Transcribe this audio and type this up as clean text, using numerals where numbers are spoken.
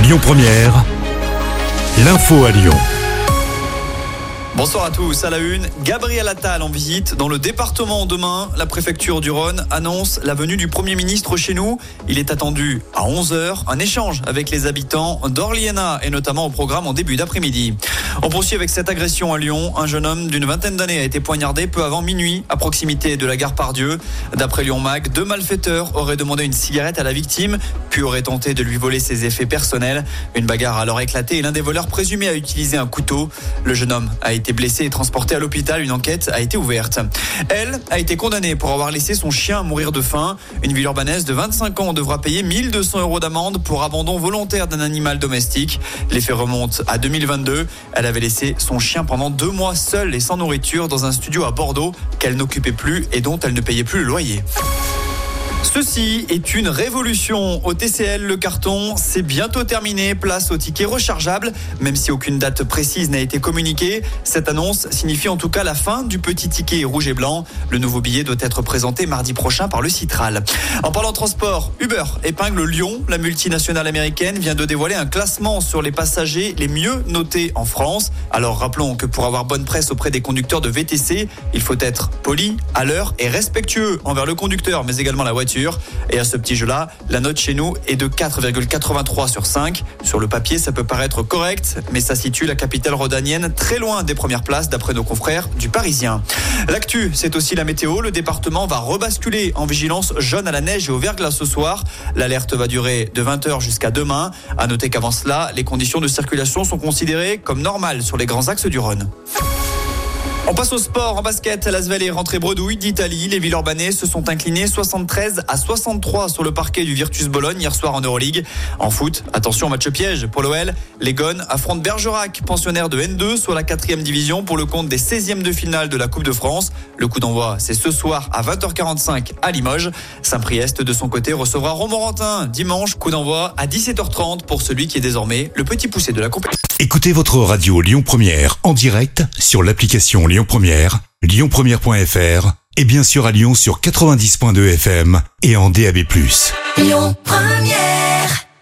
Lyon Première, l'info à Lyon. Bonsoir à tous. À la une, Gabriel Attal en visite dans le département demain. La préfecture du Rhône annonce la venue du Premier ministre chez nous. Il est attendu à 11h. Un échange avec les habitants d'Orliena est notamment au programme en début d'après-midi. On poursuit avec cette agression à Lyon. Un jeune homme d'une vingtaine d'années a été poignardé peu avant minuit à proximité de la gare Pardieu. D'après Lyon Mag, 2 malfaiteurs auraient demandé une cigarette à la victime, puis auraient tenté de lui voler ses effets personnels. Une bagarre a alors éclaté et l'un des voleurs présumé a utilisé un couteau. Le jeune homme a été blessé et transporté à l'hôpital. Une enquête a été ouverte. Elle a été condamnée pour avoir laissé son chien mourir de faim. Une Villeurbannaise de 25 ans devra payer 1 200 € d'amende pour abandon volontaire d'un animal domestique. Les faits remontent à 2022. Elle avait laissé son chien pendant 2 mois seul et sans nourriture dans un studio à Bordeaux qu'elle n'occupait plus et dont elle ne payait plus le loyer. Ceci est une révolution. Au TCL, le carton, c'est bientôt terminé. Place au ticket rechargeable. Même si aucune date précise n'a été communiquée, cette annonce signifie en tout cas la fin du petit ticket rouge et blanc. Le nouveau billet doit être présenté mardi prochain par le Citral. En parlant transport, Uber épingle Lyon. La multinationale américaine vient de dévoiler un classement sur les passagers les mieux notés en France. Alors rappelons que pour avoir bonne presse auprès des conducteurs de VTC, il faut être poli, à l'heure et respectueux envers le conducteur, mais également la voiture. Et à ce petit jeu-là, la note chez nous est de 4,83 sur 5. Sur le papier, ça peut paraître correct, mais ça situe la capitale rhodanienne très loin des premières places d'après nos confrères du Parisien. L'actu, c'est aussi la météo. Le département va rebasculer en vigilance jaune à la neige et au verglas ce soir. L'alerte va durer de 20h jusqu'à demain. À noter qu'avant cela, les conditions de circulation sont considérées comme normales sur les grands axes du Rhône. On passe au sport. En basket, l'Asvel est rentré bredouille d'Italie. Les Villeurbanais se sont inclinés 73-63 sur le parquet du Virtus Bologne hier soir en Euroleague. En foot, attention, match piège pour l'OL. Les Gones affrontent Bergerac, pensionnaire de N2 sur la 4e division pour le compte des 16e de finale de la Coupe de France. Le coup d'envoi, c'est ce soir à 20h45 à Limoges. Saint-Priest, de son côté, recevra Romorantin dimanche. Coup d'envoi à 17h30 pour celui qui est désormais le petit poussé de la compétition. Écoutez votre radio Lyon Première en direct sur l'application Lyon Première, lyonpremière.fr et bien sûr à Lyon sur 90.2 FM et en DAB+. Lyon Première.